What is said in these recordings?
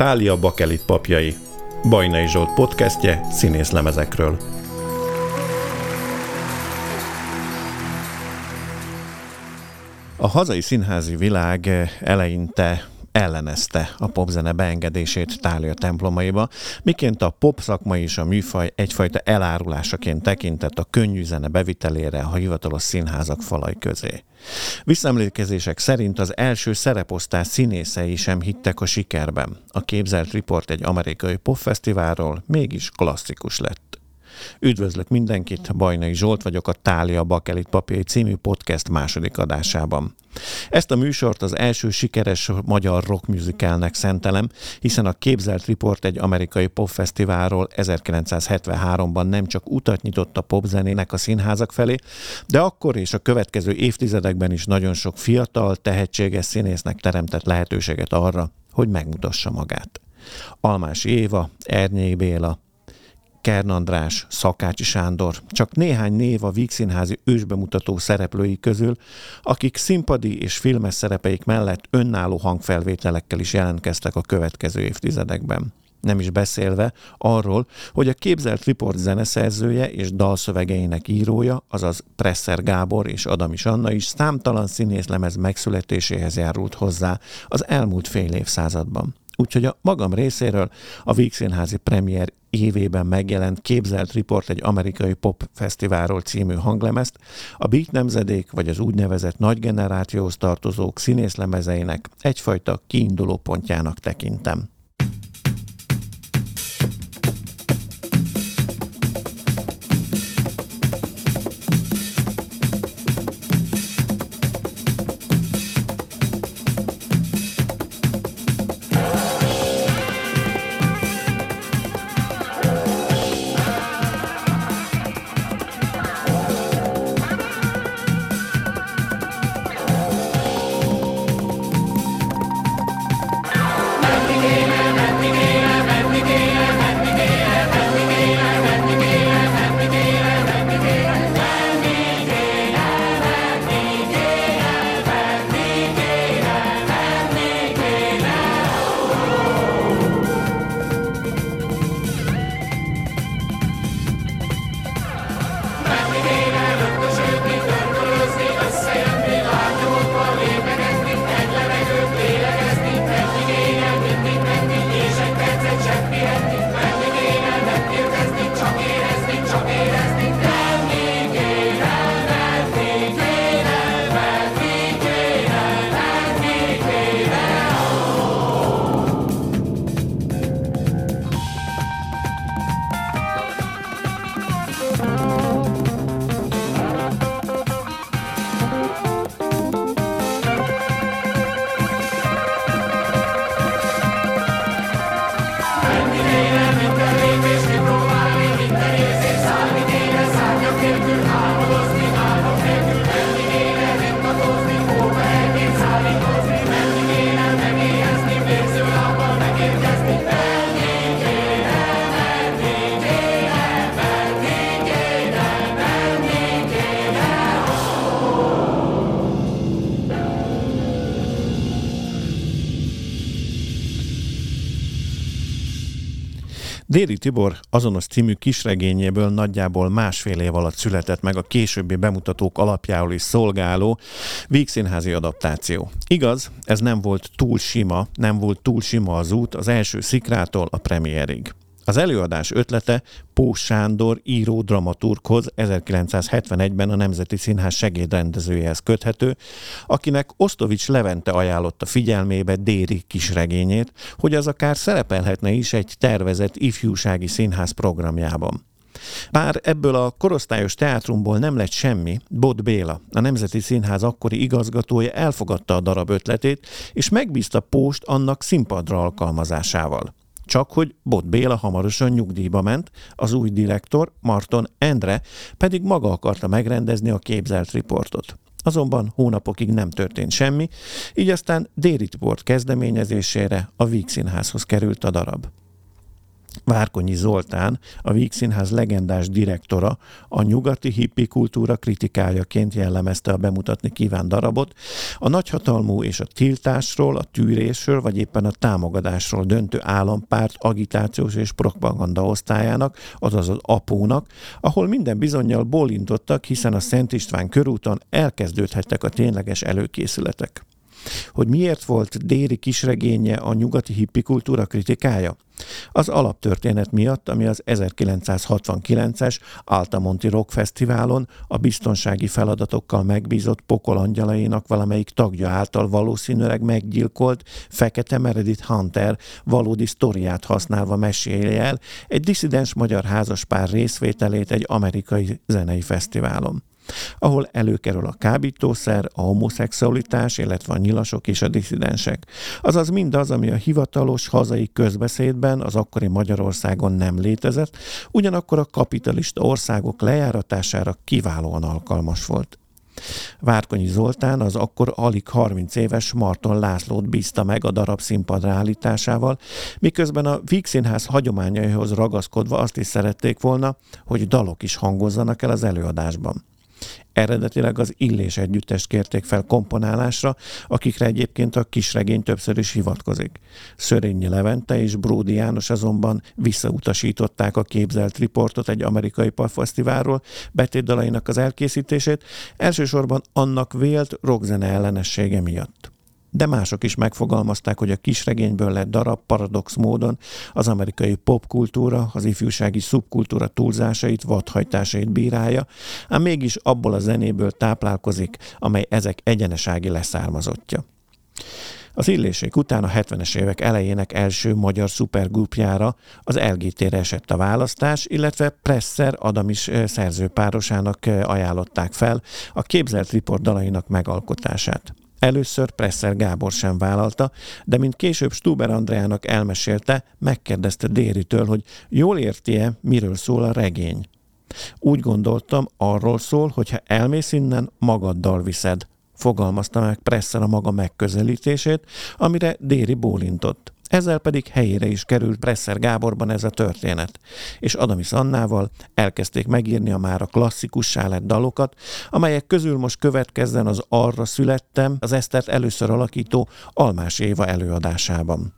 Thália Bakelit papjai. Bajnai Zsolt podcastje színészlemezekről. A hazai színházi világ eleinte ellenezte a popzene beengedését Thália templomaiba, miként a pop szakma és a műfaj egyfajta elárulásaként tekintett a könnyű zene bevitelére a hivatalos színházak falai közé. Visszaemlékezések szerint az első szereposztás színészei sem hittek a sikerben. A képzelt riport egy amerikai popfesztiválról mégis klasszikus lett. Üdvözlök mindenkit, Bajnai Zsolt vagyok a Thália Bakelit papjai című podcast második adásában. Ezt a műsort az első sikeres magyar rock musicalnek szentelem, hiszen a képzelt riport egy amerikai popfesztiválról 1973-ban nem csak utat nyitott a popzenének a színházak felé, de akkor és a következő évtizedekben is nagyon sok fiatal, tehetséges színésznek teremtett lehetőséget arra, hogy megmutassa magát. Almási Éva, Ernyi Béla, Kern András, Szakácsi Sándor, csak néhány név a vígszínházi ősbemutató szereplői közül, akik színpadi és filmes szerepeik mellett önálló hangfelvételekkel is jelentkeztek a következő évtizedekben. Nem is beszélve arról, hogy a képzelt riport zeneszerzője és dalszövegeinek írója, azaz Presser Gábor és Adamis Anna is számtalan színészlemez megszületéséhez járult hozzá az elmúlt fél évszázadban. Úgyhogy a magam részéről a vígszínházi premier évében megjelent Képzelt riport egy amerikai popfesztiválról című hanglemezt a Beat nemzedék vagy az úgynevezett nagy generációhoz tartozók színészlemezeinek egyfajta kiinduló pontjának tekintem. Déri Tibor azonos című kisregényéből nagyjából másfél év alatt született meg a későbbi bemutatók alapjául is szolgáló vígszínházi adaptáció. Igaz, ez nem volt túl sima az út az első szikrától a premierig. Az előadás ötlete Pós Sándor író-dramaturghoz 1971-ben a Nemzeti Színház segédrendezőjehez köthető, akinek Osztovics Levente ajánlotta figyelmébe Déri kisregényét, hogy az akár szerepelhetne is egy tervezett ifjúsági színház programjában. Bár ebből a korosztályos teátrumból nem lett semmi, Bot Béla, a Nemzeti Színház akkori igazgatója elfogadta a darab ötletét, és megbízta Póst annak színpadra alkalmazásával. Csak hogy Bot Béla hamarosan nyugdíjba ment, az új direktor, Marton Endre pedig maga akarta megrendezni a képzelt riportot. Azonban hónapokig nem történt semmi, így aztán Déri Tibor kezdeményezésére a Vígszínházhoz került a darab. Várkonyi Zoltán, a Víg Színház legendás direktora, a nyugati hippi kultúra kritikájaként jellemezte a bemutatni kívánt darabot, a nagyhatalmú és a tiltásról, a tűrésről, vagy éppen a támogatásról döntő állampárt agitációs és propaganda osztályának, azaz az APO-nak, ahol minden bizonnyal bólintottak, hiszen a Szent István körúton elkezdődhettek a tényleges előkészületek. Hogy miért volt Déri kisregénye a nyugati hippi kultúra kritikája? Az alaptörténet miatt, ami az 1969-es Altamonti Rock Fesztiválon a biztonsági feladatokkal megbízott pokol angyalainak valamelyik tagja által valószínűleg meggyilkolt Fekete Meredith Hunter valódi sztoriát használva mesélje el egy disszidens magyar házaspár részvételét egy amerikai zenei fesztiválon, ahol előkerül a kábítószer, a homoszexualitás, illetve a nyilasok és a disszidensek. Azaz mindaz, ami a hivatalos hazai közbeszédben az akkori Magyarországon nem létezett, ugyanakkor a kapitalista országok lejáratására kiválóan alkalmas volt. Várkonyi Zoltán az akkor alig 30 éves Marton Lászlót bízta meg a darab színpadra állításával, miközben a Víg Színház hagyományaihoz ragaszkodva azt is szerették volna, hogy dalok is hangozzanak el az előadásban. Eredetileg az Illés együttest kérték fel komponálásra, akikre egyébként a kisregény többször is hivatkozik. Szörényi Levente és Bródi János azonban visszautasították a képzelt riportot egy amerikai papfesztiválról, betétdalainak az elkészítését, elsősorban annak vélt rockzene ellenessége miatt. De mások is megfogalmazták, hogy a kisregényből lett darab paradox módon az amerikai popkultúra, az ifjúsági szubkultúra túlzásait, vadhajtásait bírálja, ám mégis abból a zenéből táplálkozik, amely ezek egyenesági leszármazottja. Az Illésék után a 70-es évek elejének első magyar szupergrupjára, az LGT-re esett a választás, illetve Presser Adamis szerzőpárosának ajánlották fel a képzelt riport dalainak megalkotását. Először Presser Gábor sem vállalta, de mint később Stuber Andreának elmesélte, megkérdezte Déritől, hogy jól érti-e, miről szól a regény. Úgy gondoltam, arról szól, hogyha elmész innen, magaddal viszed. Fogalmazta meg Presser a maga megközelítését, amire Déri bólintott. Ezzel pedig helyére is került Presser Gáborban ez a történet, és Adamis Annával elkezdték megírni a mára klasszikussá lett dalokat, amelyek közül most következzen az Arra születtem, az Esztert először alakító Almás Éva előadásában.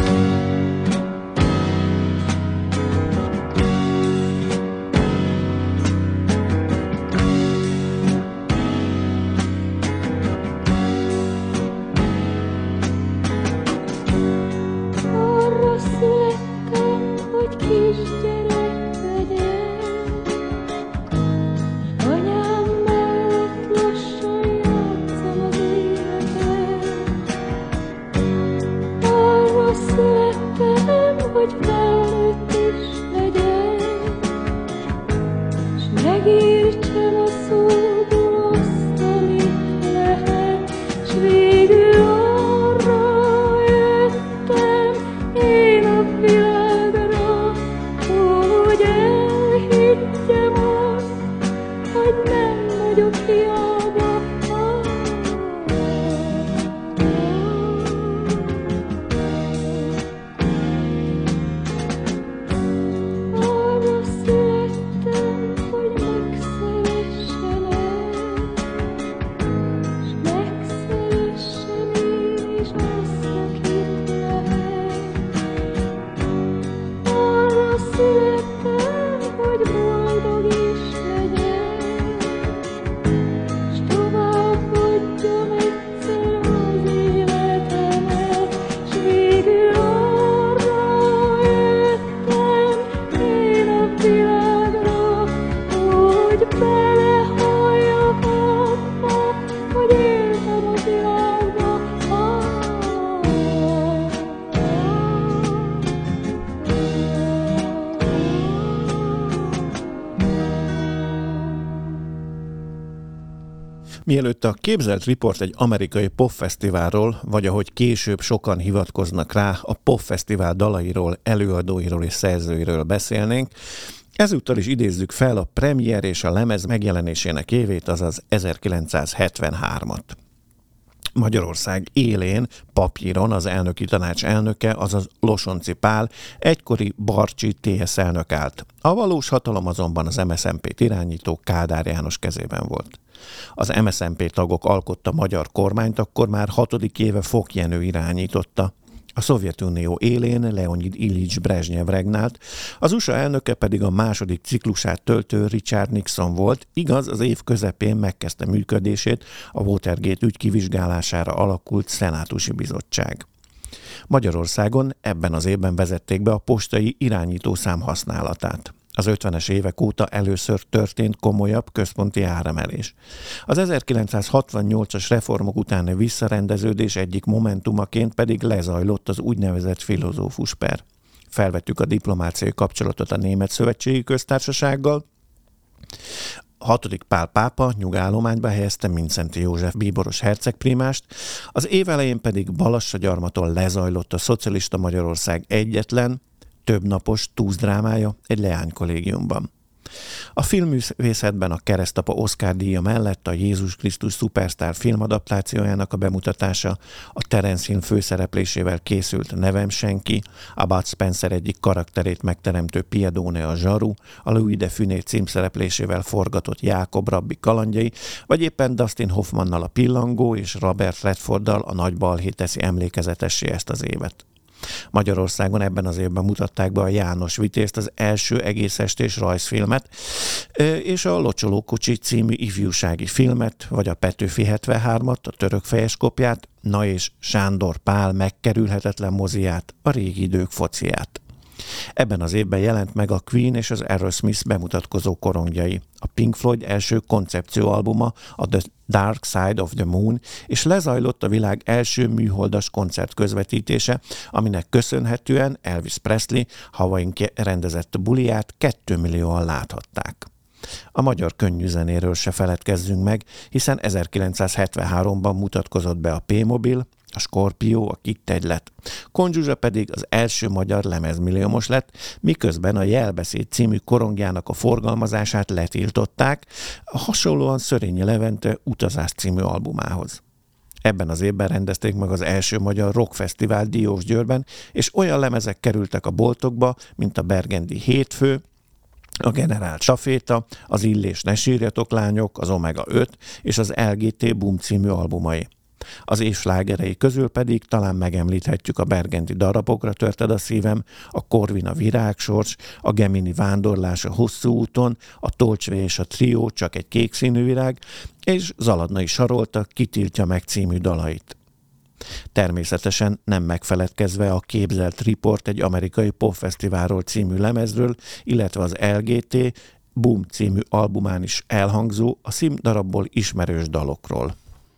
Mielőtt a képzelt riport egy amerikai popfesztiválról, vagy ahogy később sokan hivatkoznak rá, a popfesztivál dalairól, előadóiról és szerzőiről beszélnénk, ezúttal is idézzük fel a premier és a lemez megjelenésének évét, azaz 1973-at. Magyarország élén, papíron az elnöki tanács elnöke, azaz Losonczy Pál, egykori Barcsi TSZ elnök állt. A valós hatalom azonban az MSZNP-t irányító Kádár János kezében volt. Az MSZNP tagok alkotta magyar kormányt akkor már 6. éve Fok Jenő irányította. A Szovjetunió élén Leonid Iljics Brezsnyev regnált, az USA elnöke pedig a második ciklusát töltő Richard Nixon volt, igaz, az év közepén megkezdte működését a Watergate ügy kivizsgálására alakult szenátusi bizottság. Magyarországon ebben az évben vezették be a postai irányítószám használatát. Az 50-es évek óta először történt komolyabb központi áremelés. Az 1968-as reformok utáni visszarendeződés egyik momentumaként pedig lezajlott az úgynevezett filozófusper. Felvettük a diplomáciai kapcsolatot a Német Szövetségi Köztársasággal. 6. Pál pápa nyugállományba helyezte Mindszenty József bíboros hercegprímást, az év elején pedig Balassagyarmaton lezajlott a szocialista Magyarország egyetlen, többnapos túszdrámája egy leánykollégiumban. A filmművészetben a Keresztapa Oscar-díja mellett a Jézus Krisztus szupersztár filmadaptációjának a bemutatása, a Terence Hill főszereplésével készült Nevem senki, a Bud Spencer egyik karakterét megteremtő Piedone a zsaru, a Louis de Funès címszereplésével forgatott Jákob rabbi kalandjai, vagy éppen Dustin Hoffmannal a Pillangó és Robert Redforddal a Nagy balhé teszi emlékezetessé ezt az évet. Magyarországon ebben az évben mutatták be a János Vitézt, az első egész estés rajzfilmet, és a Locsolókocsi című ifjúsági filmet, vagy a Petőfi 73-at, a Törökfejes kopját, na és Sándor Pál megkerülhetetlen moziját, a Régi idők fociát. Ebben az évben jelent meg a Queen és az Aerosmith bemutatkozó korongjai, a Pink Floyd első koncepcióalbuma, a The Dark Side of the Moon, és lezajlott a világ első műholdas koncert közvetítése, aminek köszönhetően Elvis Presley Hawaiin rendezett buliját 2 millióan láthatták. A magyar könnyűzenéről se feledkezzünk meg, hiszen 1973-ban mutatkozott be a P-mobil, a Scorpio, a Kick-Egylet. Konzsuzsa pedig az első magyar lemezmilliómos lett, miközben a Jelbeszéd című korongjának a forgalmazását letiltották, hasonlóan Szörényi Levente Utazás című albumához. Ebben az évben rendezték meg az első magyar rockfesztivál Diósgyőrben, és olyan lemezek kerültek a boltokba, mint a Bergendi Hétfő, a Generál Csaféta, az Illés Ne sírjatok lányok, az Omega 5 és az LGT Boom című albumai. Az év slágerei közül pedig talán megemlíthetjük a Bergendi Darabokra törted a szívem, a Korvina Virágsors, a Gemini Vándorlás a hosszú úton, a Tolcsvé és a Trió Csak egy kék színű virág, és Zaladnai Sarolta Kitiltja meg című dalait. Természetesen nem megfeledkezve a Képzelt Report egy amerikai popfesztiválról című lemezről, illetve az LGT Boom című albumán is elhangzó, a színdarabból ismerős dalokról.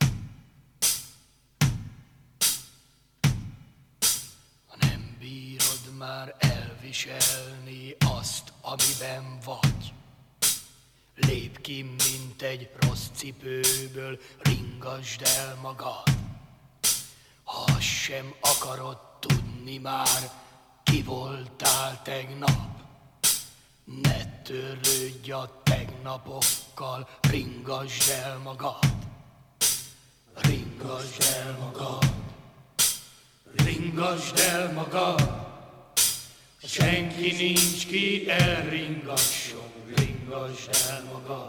Elviselni azt, amiben vagy. Lép ki, mint egy rossz cipőből, ringasd el magad. Ha azt sem akarod tudni már, ki voltál tegnap. Ne törődj a tegnapokkal, ringasd el magad. Ringasd el magad. Ringasd el magad. Senki nincs, ki elringasson, ringasd el magad.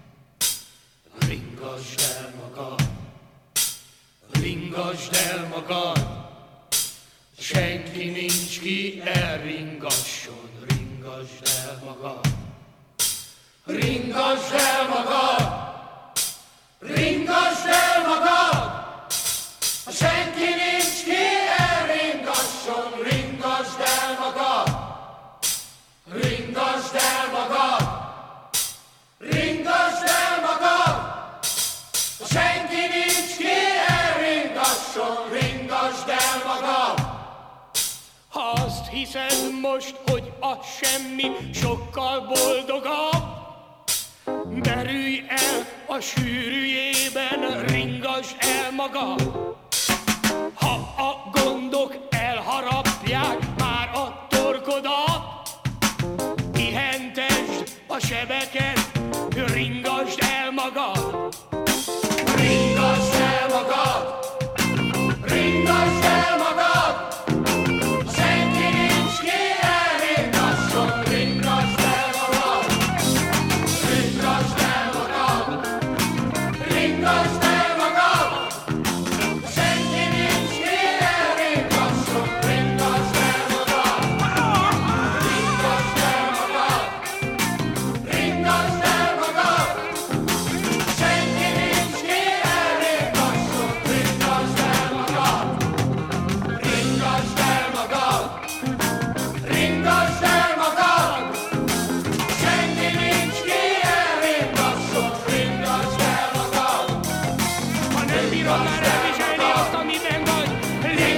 Ringasd el magad. Ringasd el magad. Senki nincs, ki elringasson, ringasd el magad. Ringasd el magad. Ringasd el magad. Senki nincs, ki elringasson, ringasd el magad. Ringasd el magad. Ringasd el magad. Senki nincs, ki elringasson, ringasd el magad. Ha azt hiszed most, hogy a semmi sokkal boldogabb, derülj el a sűrűjében, ringasd el magad. Ha a gondok elharapják már a torkodat, pihentesd a sebeket, ringasd el magad. Ringasd el magad.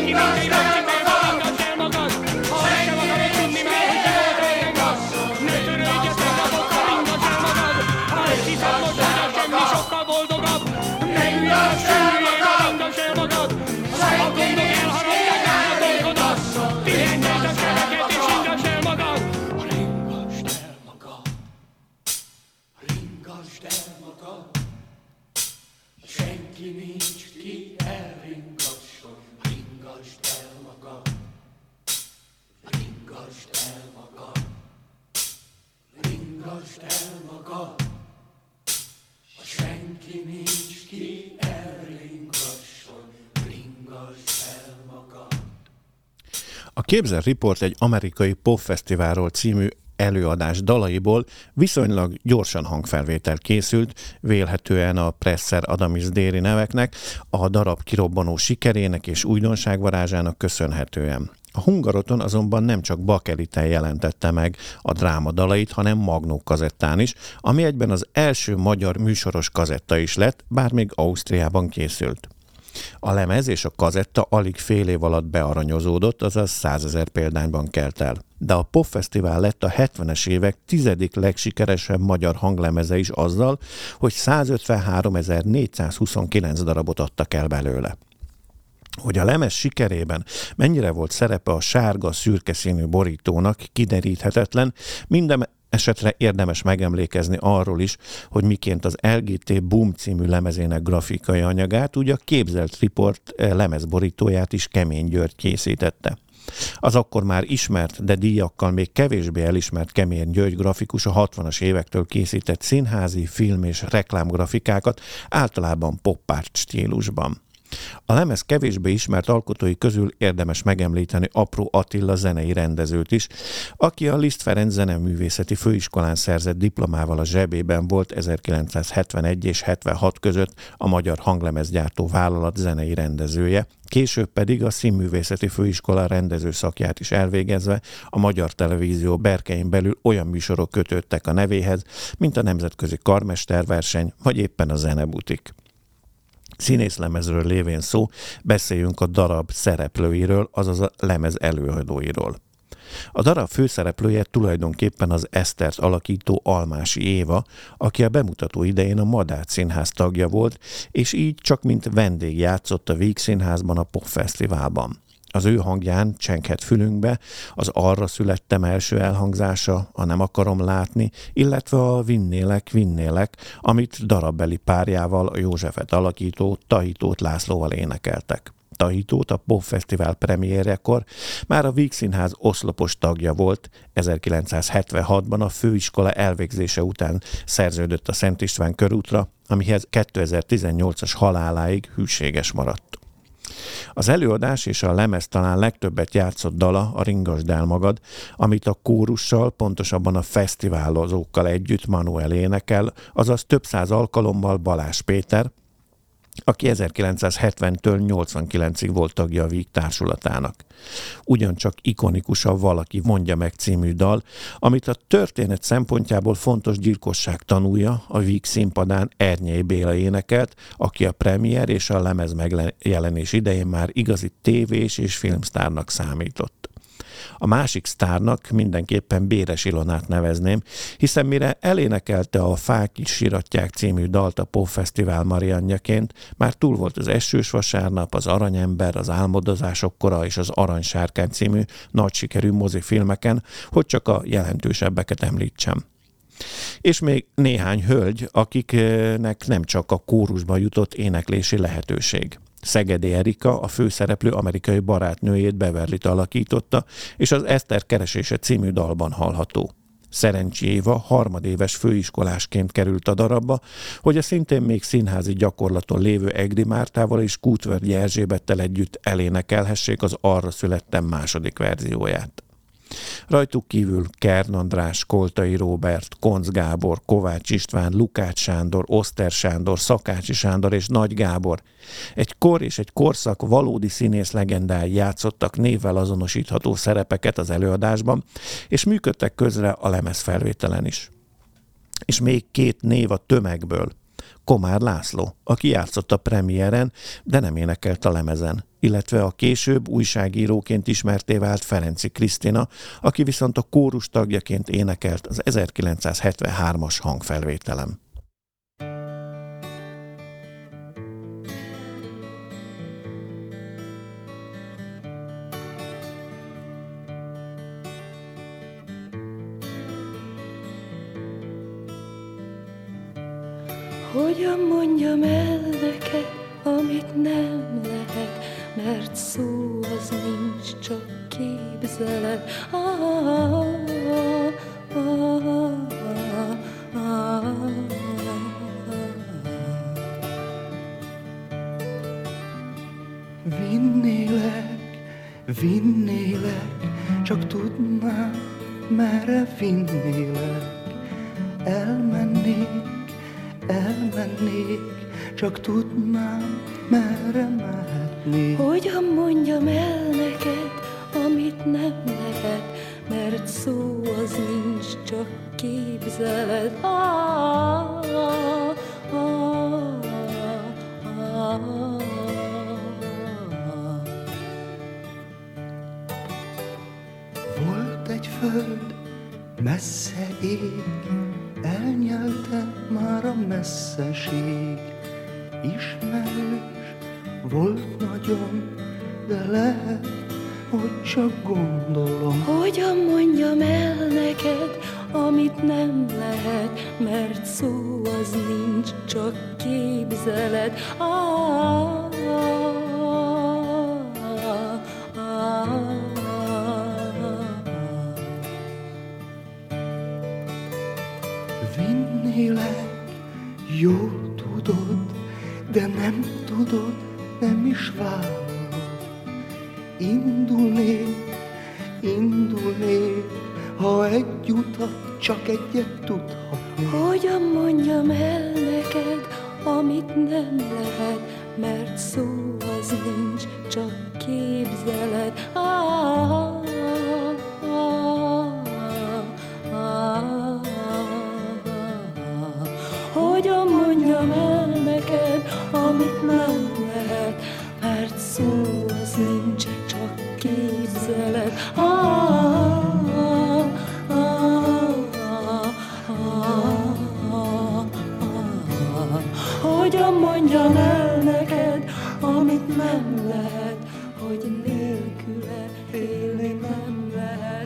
A Képzelt Report egy amerikai popfesztiválról című előadás dalaiból viszonylag gyorsan hangfelvétel készült, vélhetően a Presser Adamis Déri neveknek, a darab kirobbanó sikerének és újdonságvarázsának köszönhetően. A Hungaroton azonban nem csak bakeliten jelentette meg a dráma dalait, hanem magnó kazettán is, ami egyben az első magyar műsoros kazetta is lett, bár még Ausztriában készült. A lemez és a kazetta alig fél év alatt bearanyozódott, azaz 100 000 példányban kelt el. De a popfesztivál lett a 70-es évek 10. legsikeresebb magyar hanglemeze is azzal, hogy 153.429 darabot adtak el belőle. Hogy a lemez sikerében mennyire volt szerepe a sárga-szürke színű borítónak, kideríthetetlen, minden esetre érdemes megemlékezni arról is, hogy miként az LGT Boom című lemezének grafikai anyagát, úgy a Képzelt Report lemezborítóját is Kemény György készítette. Az akkor már ismert, de díjakkal még kevésbé elismert Kemény György grafikus a 60-as évektől készített színházi, film és reklámgrafikákat általában pop-art stílusban. A lemez kevésbé ismert alkotói közül érdemes megemlíteni Apró Attila zenei rendezőt is, aki a Liszt Ferenc Zeneművészeti Főiskolán szerzett diplomával a zsebében volt 1971 és 76 között a Magyar Hanglemezgyártó Vállalat zenei rendezője, később pedig a Színművészeti Főiskola rendező szakját is elvégezve a Magyar Televízió berkein belül olyan műsorok kötődtek a nevéhez, mint a Nemzetközi Karmesterverseny vagy éppen a Zenebutik. Színészlemezről lévén szó, beszéljünk a darab szereplőiről, azaz a lemez előadóiról. A darab főszereplője tulajdonképpen az Esztert alakító Almási Éva, aki a bemutató idején a Madách Színház tagja volt, és így csak mint vendég játszott a Víg Színházban a popfesztiválban. Az ő hangján csenghet fülünkbe az Arra születtem első elhangzása, a Nem akarom látni, illetve a Vinnélek, amit darabbeli párjával, a Józsefet alakító Tahitót Lászlóval énekeltek. Tahitót a popfesztivál premiérjekor már a Víg Színház oszlopos tagja volt, 1976-ban a főiskola elvégzése után szerződött a Szent István körútra, amihez 2018-as haláláig hűséges maradt. Az előadás és a lemez talán legtöbbet játszott dala a Ringasd el magad, amit a kórussal, pontosabban a fesztiválozókkal együtt Manuel énekel, azaz több száz alkalommal Balázs Péter, aki 1970-től 89-ig volt tagja a Víg társulatának. Ugyancsak ikonikus a Valaki mondja meg című dal, amit a történet szempontjából fontos gyilkosság tanúja, a Víg színpadán Ernyei Béla énekelt, aki a premier és a lemez megjelenés idején már igazi tévés és filmsztárnak számított. A másik sztárnak mindenképpen Béres Ilonát nevezném, hiszen mire elénekelte a Fák is siratják című dalt a popfesztivál marianjaként, már túl volt az Esős vasárnap, az Aranyember, az Álmodozások kora és az Aranysárkány című nagy sikerű mozifilmeken, hogy csak a jelentősebbeket említsem. És még néhány hölgy, akiknek nem csak a kórusban jutott éneklési lehetőség. Szegedi Erika, a főszereplő amerikai barátnőjét, Beverlyt alakította, és az Eszter keresése című dalban hallható. Szerencsi Éva harmadéves főiskolásként került a darabba, hogy a szintén még színházi gyakorlaton lévő Egri Mártával és Kútvörgyi Erzsébettel együtt elénekelhessék az Arra születtem második verzióját. Rajtuk kívül Kern András, Koltai Róbert, Koncz Gábor, Kovács István, Lukács Sándor, Oszter Sándor, Szakácsi Sándor és Nagy Gábor. Egy kor és egy korszak valódi színész legendái játszottak névvel azonosítható szerepeket az előadásban, és működtek közre a lemezfelvételen is. És még két név a tömegből. Komár László, aki játszott a premiéren, de nem énekelt a lemezen, illetve a később újságíróként ismertté vált Ferenczy Krisztina, aki viszont a kórus tagjaként énekelt az 1973-as hangfelvételem. Hogyan mondjam el neked, amit nem lehet, mert szó az nincs, csak képzelet. Vinnélek, csak tudnám, merre vinnélek. Elmennék, csak tudnám, merre mehetnék. Hogyan mondjam el neked, amit nem lehet, mert szó az nincs, csak képzelet. Volt egy föld, messze ég, elnyelte már a messzeség. Ismerős volt nagyon, de lehet, hogy csak gondolom. Hogyan mondjam el neked, amit nem lehet, mert szó az nincs, csak képzelet. Vinnélek, jól tudod, de nem tudod, nem is vállalod. Indulnék, ha egy utat, csak egyet tudhatnék. Hogyan mondjam el neked, amit nem lehet, mert szó az nincs, csak képzelet. Hogyan mondjam el neked, amit nem lehet, mert szó az nincs, csak képzelet. Hogyan mondjam el neked, amit nem lehet, hogy nélküle élni nem lehet.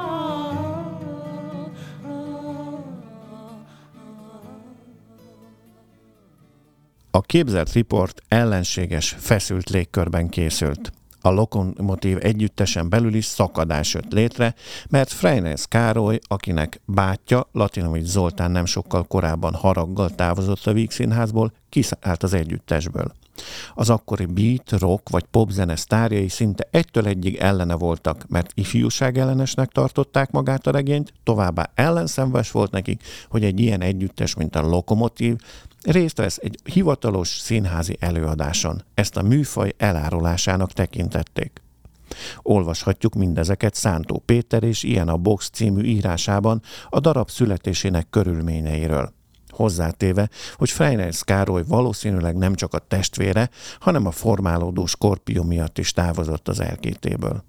A képzelt riport ellenséges, feszült légkörben készült. A Lokomotív együttesen belül is szakadás jött létre, mert Freynes Károly, akinek bátyja, Latinovics Zoltán nem sokkal korábban haraggal távozott a Víg Színházból, kiszállt az együttesből. Az akkori beat, rock vagy popzene sztárjai szinte egytől egyig ellene voltak, mert ifjúság ellenesnek tartották magát a regényt, továbbá ellenszenves volt nekik, hogy egy ilyen együttes, mint a Lokomotív, részt vesz egy hivatalos színházi előadáson. Ezt a műfaj elárulásának tekintették. Olvashatjuk mindezeket Szántó Péter és Ilyen a Box című írásában a darab születésének körülményeiről. Hozzátéve, hogy Freynes Károly valószínűleg nem csak a testvére, hanem a formálódó Skorpió miatt is távozott az elkétéből.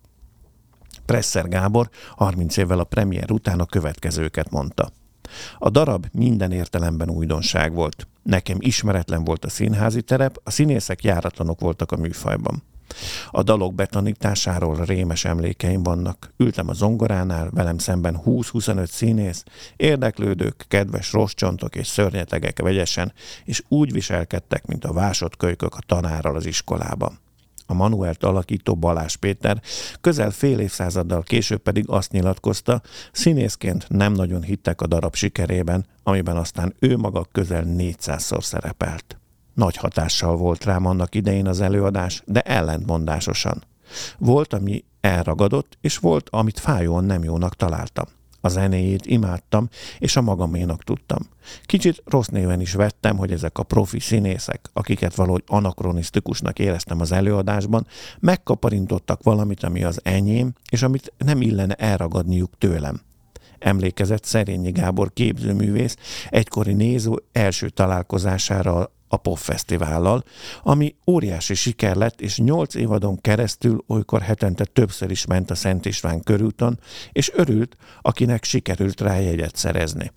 Presser Gábor 30 évvel a premier után a következőket mondta. A darab minden értelemben újdonság volt. Nekem ismeretlen volt a színházi terep, a színészek járatlanok voltak a műfajban. A dalok betanításáról rémes emlékeim vannak. Ültem a zongoránál, velem szemben 20-25 színész, érdeklődők, kedves rosscsontok és szörnyetegek vegyesen, és úgy viselkedtek, mint a vásott kölykök a tanárral az iskolában. A manuelt alakító Balázs Péter közel fél évszázaddal később pedig azt nyilatkozta, színészként nem nagyon hittek a darab sikerében, amiben aztán ő maga közel 400-szor szerepelt. Nagy hatással volt rám annak idején az előadás, de ellentmondásosan. Volt, ami elragadott, és volt, amit fájóan nem jónak találtam. A zenéjét imádtam, és a magaménak tudtam. Kicsit rossz néven is vettem, hogy ezek a profi színészek, akiket valahogy anakronisztikusnak éreztem az előadásban, megkaparintottak valamit, ami az enyém, és amit nem illene elragadniuk tőlem. Emlékezett Szerényi Gábor képzőművész egykori néző első találkozására a Popfesztivállal, ami óriási siker lett, és 8 évadon keresztül olykor hetente többször is ment a Szent István körúton, és örült, akinek sikerült rá jegyet szerezni.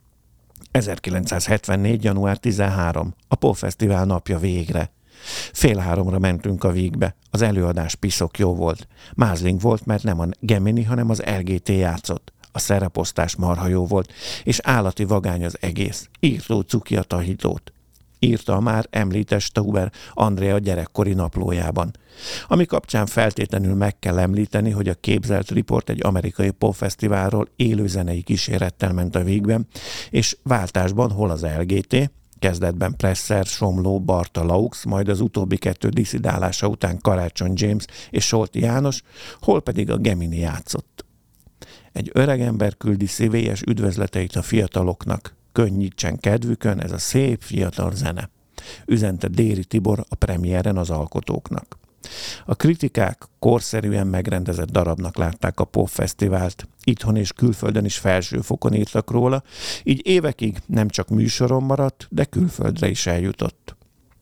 1974. január 13. A Popfesztivál napja végre. 2:30 mentünk a Vígbe. Az előadás piszok jó volt. Mázling volt, mert nem a Gemini, hanem az LGT játszott. A szereposztás marha jó volt, és állati vagány az egész. Írtó cuki a tahitót. Írta a már említett Stauber Andrea gyerekkori naplójában. Ami kapcsán feltétlenül meg kell említeni, hogy a Képzelt Riport egy amerikai popfesztiválról élőzenei kísérettel ment a Vígben, és váltásban hol az LGT, kezdetben Presser, Somló, Barta Laux, majd az utóbbi 2 disszidálása után Karácsony James és Solti János, hol pedig a Gemini játszott. Egy öregember küldi szívélyes üdvözleteit a fiataloknak. Könnyítsen kedvükön ez a szép fiatal zene, üzente Déri Tibor a premiéren az alkotóknak. A kritikák korszerűen megrendezett darabnak látták a Popfesztivált, itthon és külföldön is felső fokon írtak róla, így évekig nem csak műsoron maradt, de külföldre is eljutott.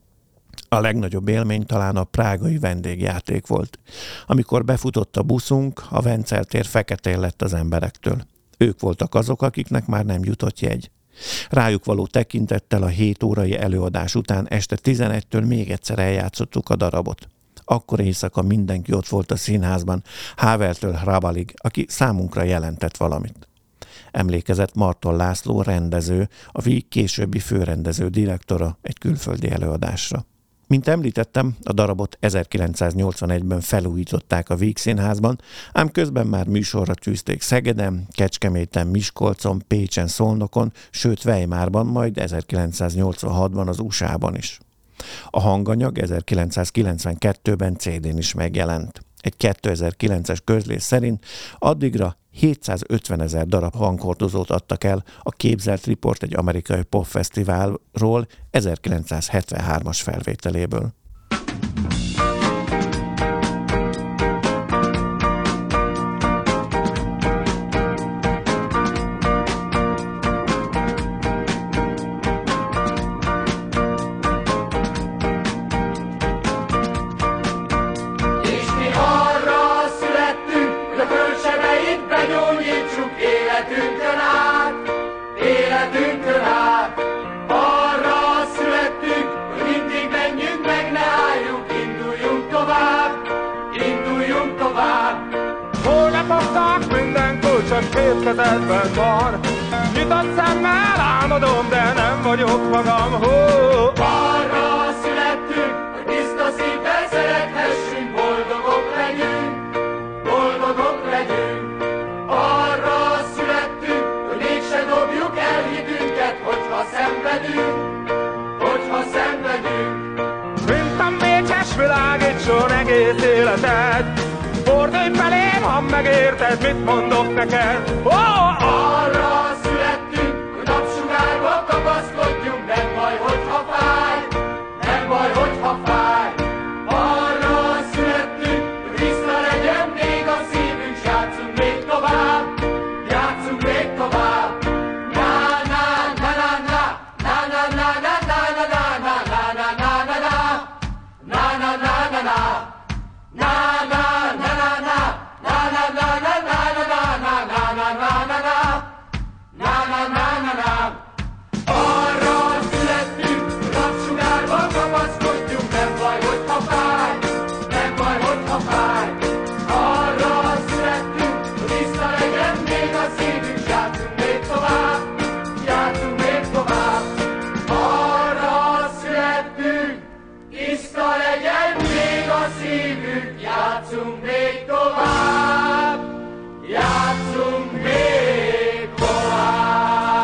A legnagyobb élmény talán a prágai vendégjáték volt. Amikor befutott a buszunk, a Vencel tér feketén lett az emberektől. Ők voltak azok, akiknek már nem jutott jegy. Rájuk való tekintettel a 7 órai előadás után este 11-től még egyszer eljátszottuk a darabot. Akkor éjszaka mindenki ott volt a színházban, Haveltől Hrabalig, aki számunkra jelentett valamit. Emlékezett Marton László rendező, a Víg későbbi főrendező direktora egy külföldi előadásra. Mint említettem, a darabot 1981-ben felújították a Víg Színházban, ám közben már műsorra tűzték Szegeden, Kecskeméten, Miskolcon, Pécsen, Szolnokon, sőt Weimárban, majd 1986-ban az USA-ban is. A hanganyag 1992-ben CD-n is megjelent. Egy 2009-es közlés szerint addigra 750 000 darab hanghordozót adtak el a Képzelt Riport egy amerikai popfesztiválról 1973-as felvételéből. Életünkön át, arra születtünk, hogy mindig menjünk meg, ne álljunk, induljunk tovább. Holnapoknak minden kulcsos két kezedben van, nyitott szemmel álmodom, de nem vagyok magam. Arra születtünk, hogy tiszta szívvel szerethessünk, boldogok legyünk, boldogok legyünk. Arra születtünk, hogy mégse dobjuk el hitünket, hogyha szenvedünk, hogyha szenvedünk. Mint a mécses világítson egész életed, fordulj felém, ha megérted, mit mondok neked. Arra születtünk, hogy napsugárba kapaszkodjunk, nem baj, hogyha fáj, nem baj, hogyha fáj. Arra születtünk, hogy vissza legyen még a szívünk, s játszunk még tovább, játszunk még tovább. Na na na na na, na na na na na na na na na na na na na, na na na na na, na na na na na, na na na na na na na na na na na na. Na na na na na. Arra születtünk, hogy napsugárba kapaszkodjunk, nem baj, hogyha fáj, nem baj, hogyha fáj. Arra születtünk, hogy vissza legyen még a szívünk, játszunk még tovább, játszunk még tovább. Arra születtünk, tiszta legyen még a szívünk, játszunk még tovább, játszunk még tovább.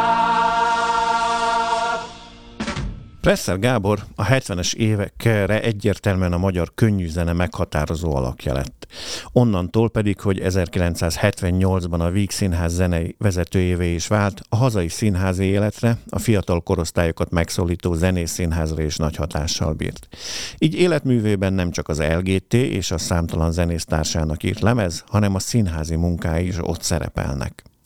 Presser Gábor a 70-es évekre egyértelműen a magyar könnyűzene meghatározó alakja lett. Onnantól pedig, hogy 1978-ban a Víg Színház zenei vezetőjévé is vált, a hazai színházi életre, a fiatal korosztályokat megszólító zenészszínházra is nagy hatással bírt. Így életművében nem csak az LGT és a számtalan zenésztársának írt lemez, hanem a színházi munkái is ott szerepelnek.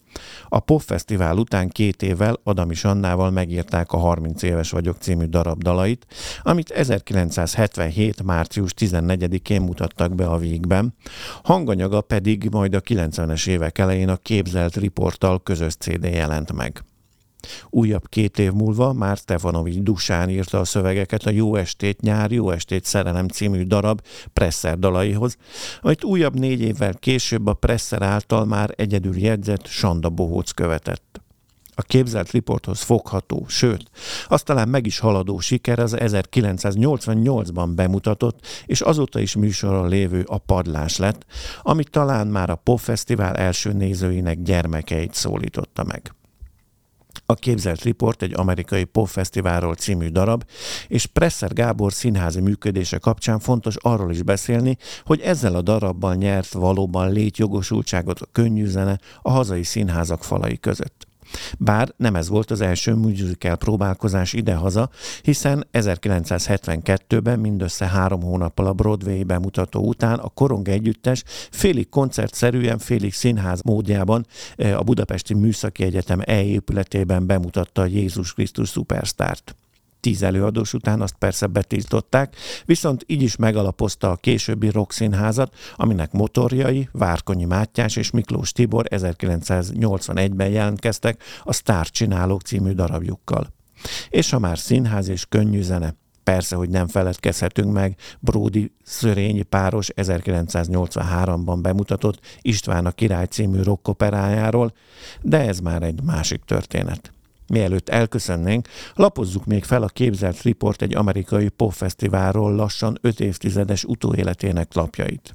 A Popfesztivál után 2 évvel Adami Annával megírták a 30 éves vagyok című darab dalait, amit 1977. március 14-én mutattak be a Vígben, hanganyaga pedig majd a 90-es évek elején a Képzelt Riporttal közös CD jelent meg. Újabb 2 év múlva már Stefanovics Dusán írta a szövegeket a Jó estét nyár, Jó estét szerelem című darab Presser dalaihoz, amit újabb 4 évvel később a Presser által már egyedül jegyzett Sanda Bohóc követett. A Képzelt Riporthoz fogható, sőt, azt talán meg is haladó siker az 1988-ban bemutatott, és azóta is műsoron lévő A padlás lett, ami talán már a Popfesztivál első nézőinek gyermekeit szólította meg. A Képzelt Riport egy amerikai popfesztiválról című darab, és Presser Gábor színházi működése kapcsán fontos arról is beszélni, hogy ezzel a darabbal nyert valóban létjogosultságot a könnyű zene a hazai színházak falai között. Bár nem ez volt az első musical próbálkozás idehaza, hiszen 1972-ben mindössze 3 hónappal a Broadway bemutató után a Korong együttes félig koncertszerűen, félig színház módjában a Budapesti Műszaki Egyetem épületében bemutatta a Jézus Krisztus szupersztárt. 10 előadós után azt persze betiltották, viszont így is megalapozta a későbbi Rockszínházat, aminek motorjai Várkonyi Mátyás és Miklós Tibor 1981-ben jelentkeztek a Sztárcsinálók című darabjukkal. És ha már színház és könnyű zene, persze, hogy nem feledkezhetünk meg Bródi Szörényi páros 1983-ban bemutatott István a király című rockoperájáról, de ez már egy másik történet. Mielőtt elköszönnénk, lapozzuk még fel a Képzelt Riport egy amerikai popfesztiválról lassan 5 évtizedes utóéletének lapjait.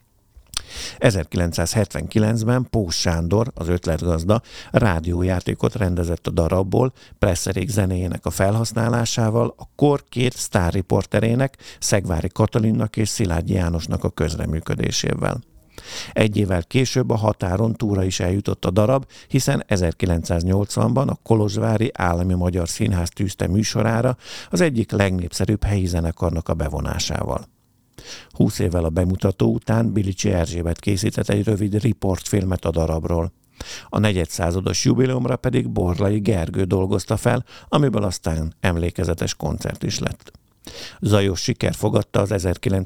1979-ben Pós Sándor, az ötletgazda, rádiójátékot rendezett a darabból, Presserék zenéjének a felhasználásával, a kor 2 sztárriporterének, Szegvári Katalinnak és Szilágyi Jánosnak a közreműködésével. 1 évvel később a határon túlra is eljutott a darab, hiszen 1980-ban a Kolozsvári Állami Magyar Színház tűzte műsorára az egyik legnépszerűbb helyi zenekarnak a bevonásával. 20 évvel a bemutató után Bilicsi Erzsébet készített egy rövid riportfilmet a darabról. A 400. jubileumra pedig Borlai Gergő dolgozta fel, amiből aztán emlékezetes koncert is lett. Zajos siker fogadta az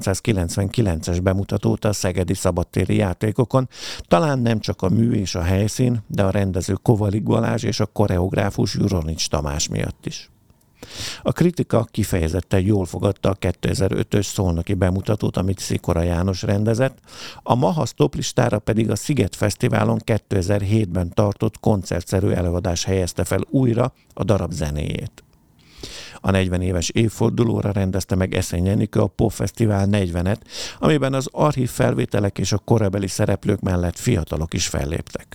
1999-es bemutatót a szegedi szabadtéri játékokon, talán nem csak a mű és a helyszín, de a rendező Kovalik Balázs és a koreográfus Juronics Tamás miatt is. A kritika kifejezetten jól fogadta a 2005-ös szolnoki bemutatót, amit Szikora János rendezett, a Mahasz toplistára pedig a Sziget Fesztiválon 2007-ben tartott koncertszerű előadás helyezte fel újra a darab zenéjét. A 40 éves évfordulóra rendezte meg Eszény Enikő a Popfesztivál 40-et, amiben az archív felvételek és a korabeli szereplők mellett fiatalok is felléptek.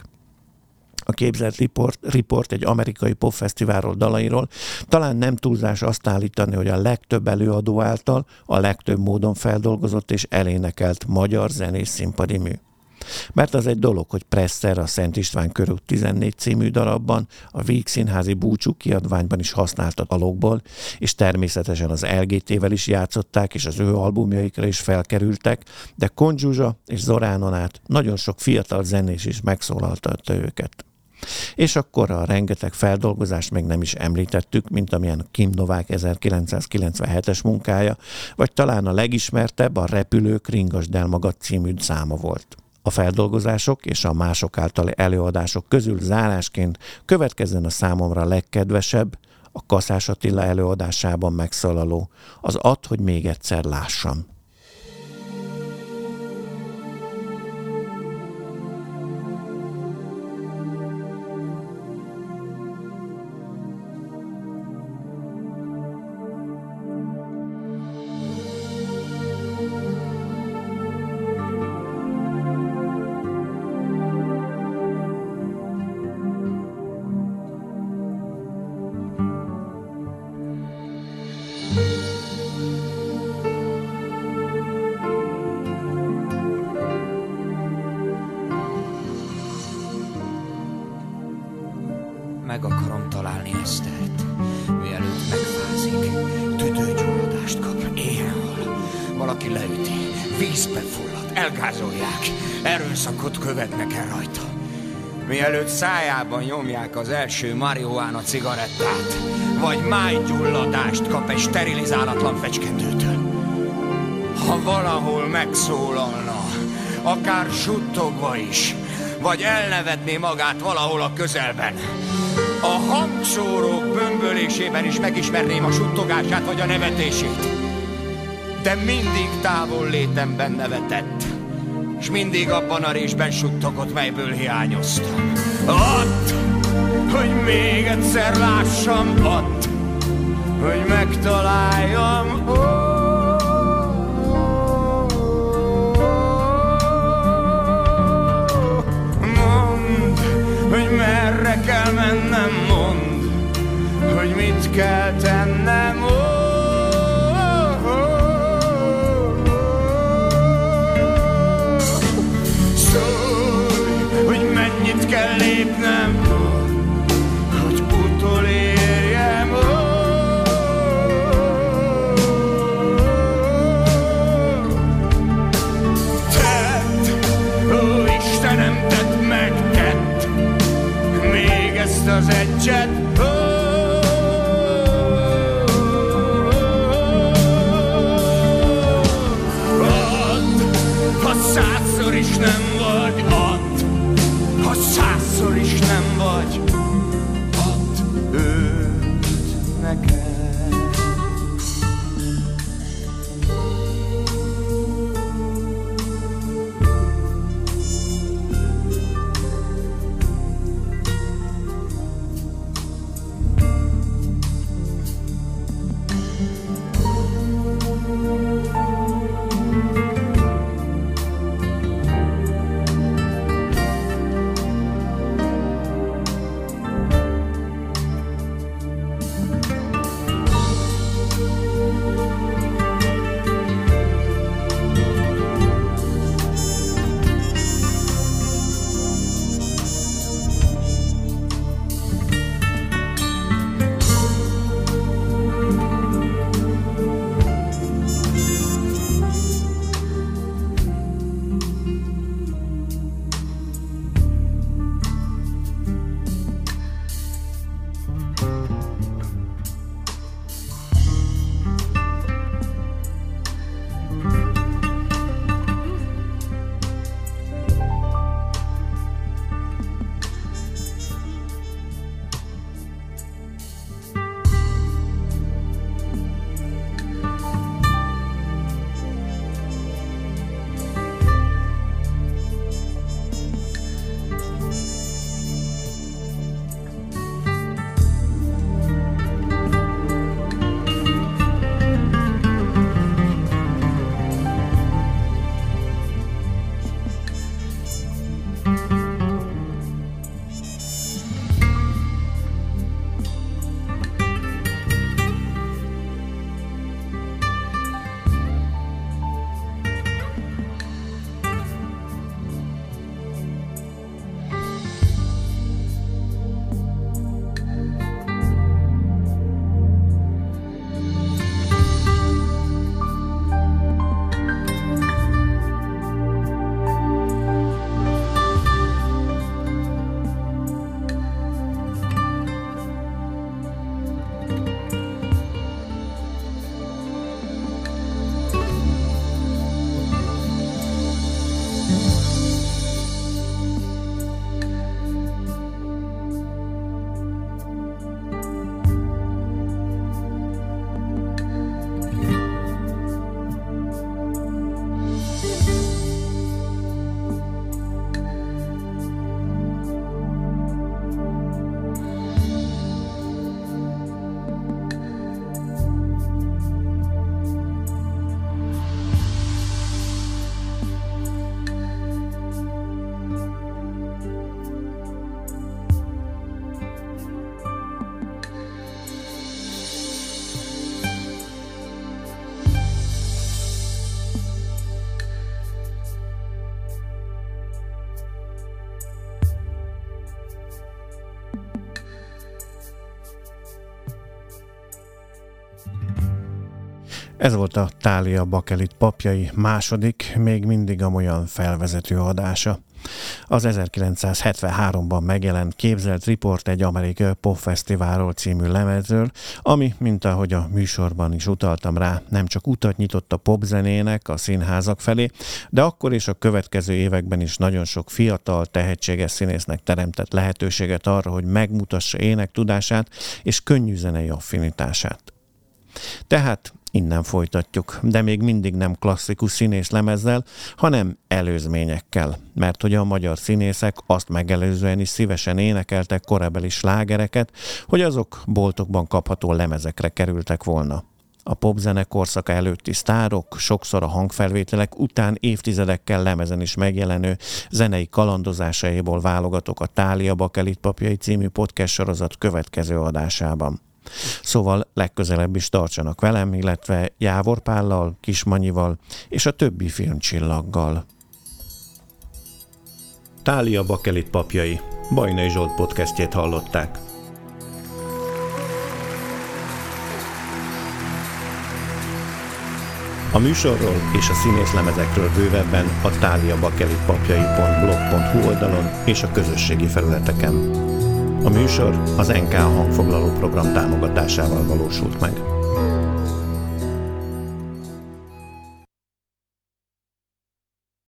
A Képzelt Riport egy amerikai popfesztiválról dalairól talán nem túlzás azt állítani, hogy a legtöbb előadó által a legtöbb módon feldolgozott és elénekelt magyar zenés színpadi mű. Mert az egy dolog, hogy Presser a Szent István körút 14 című darabban, a Víg Színházi Búcsú kiadványban is használta dalokból, és természetesen az LGT-vel is játszották, és az ő albumjaikra is felkerültek, de Kont Zsuzsa és Zoránon át nagyon sok fiatal zenés is megszólaltatta őket. És akkor a rengeteg feldolgozást még nem is említettük, mint amilyen Kim Novák 1997-es munkája, vagy talán a legismertebb a Repülők Ringasd el magad című száma volt. A feldolgozások és a mások általi előadások közül zárásként következzen a számomra legkedvesebb, a Kaszás Attila előadásában megszólaló, az Add, hogy még egyszer lássam. Meg akarom találni Esztert, mielőtt megfázik, tüdőgyulladást kap, éhhal. Valaki leüti, vízbe fullad, elgázolják, erőszakot követnek el rajta. mielőtt szájában nyomják az első marihuána cigarettát, vagy májgyulladást kap egy sterilizálatlan fecskendőtől. Ha valahol megszólalna, akár suttogva is, vagy elnevetné magát valahol a közelben, a hangszórók bömbölésében is megismerném a suttogását vagy a nevetését. De mindig távol létemben nevetett, és mindig abban a résben suttogott, melyből hiányoztam. Add, hogy még egyszer lássam, add, hogy megtaláljam. Mondd, hogy merre kell mennem, mondd, hogy mit kell tennem. Mennyit kell lépnem, hogy utolérjem. Tedd, ó Istenem, tedd meg, tedd még ezt az egyet. Add, ha 100-szor is nem vagy, add, ha 100-szor is nem vagy, add őt nekem. Ez volt a Thália Bakelit papjai második, még mindig amolyan felvezető adása. Az 1973-ban megjelent Képzelt riport egy amerikai popfesztiválról című lemezről, ami, mint ahogy a műsorban is utaltam rá, nem csak utat nyitott a popzenének a színházak felé, de akkor és a következő években is nagyon sok fiatal, tehetséges színésznek teremtett lehetőséget arra, hogy megmutassa énektudását és könnyű zenei affinitását. Tehát innen folytatjuk, de még mindig nem klasszikus színészlemezzel, hanem előzményekkel, mert hogy a magyar színészek azt megelőzően is szívesen énekeltek korabeli slágereket, hogy azok boltokban kapható lemezekre kerültek volna. A popzene korszaka előtti sztárok sokszor a hangfelvételek után évtizedekkel lemezen is megjelenő zenei kalandozásaiból válogatok a Thália Bakelit papjai című podcast sorozat következő adásában. Szóval legközelebb is tartsanak velem, illetve Jávor Pállal, Kismanyival és a többi filmcsillaggal. Thália Bakelit papjai, Bajnai Zsolt podcastjét hallották. A műsorról és a színészlemezekről bővebben a thaliabakelitpapjai.blog.hu oldalon és a közösségi felületeken. A műsor az NK hangfoglaló program támogatásával valósult meg.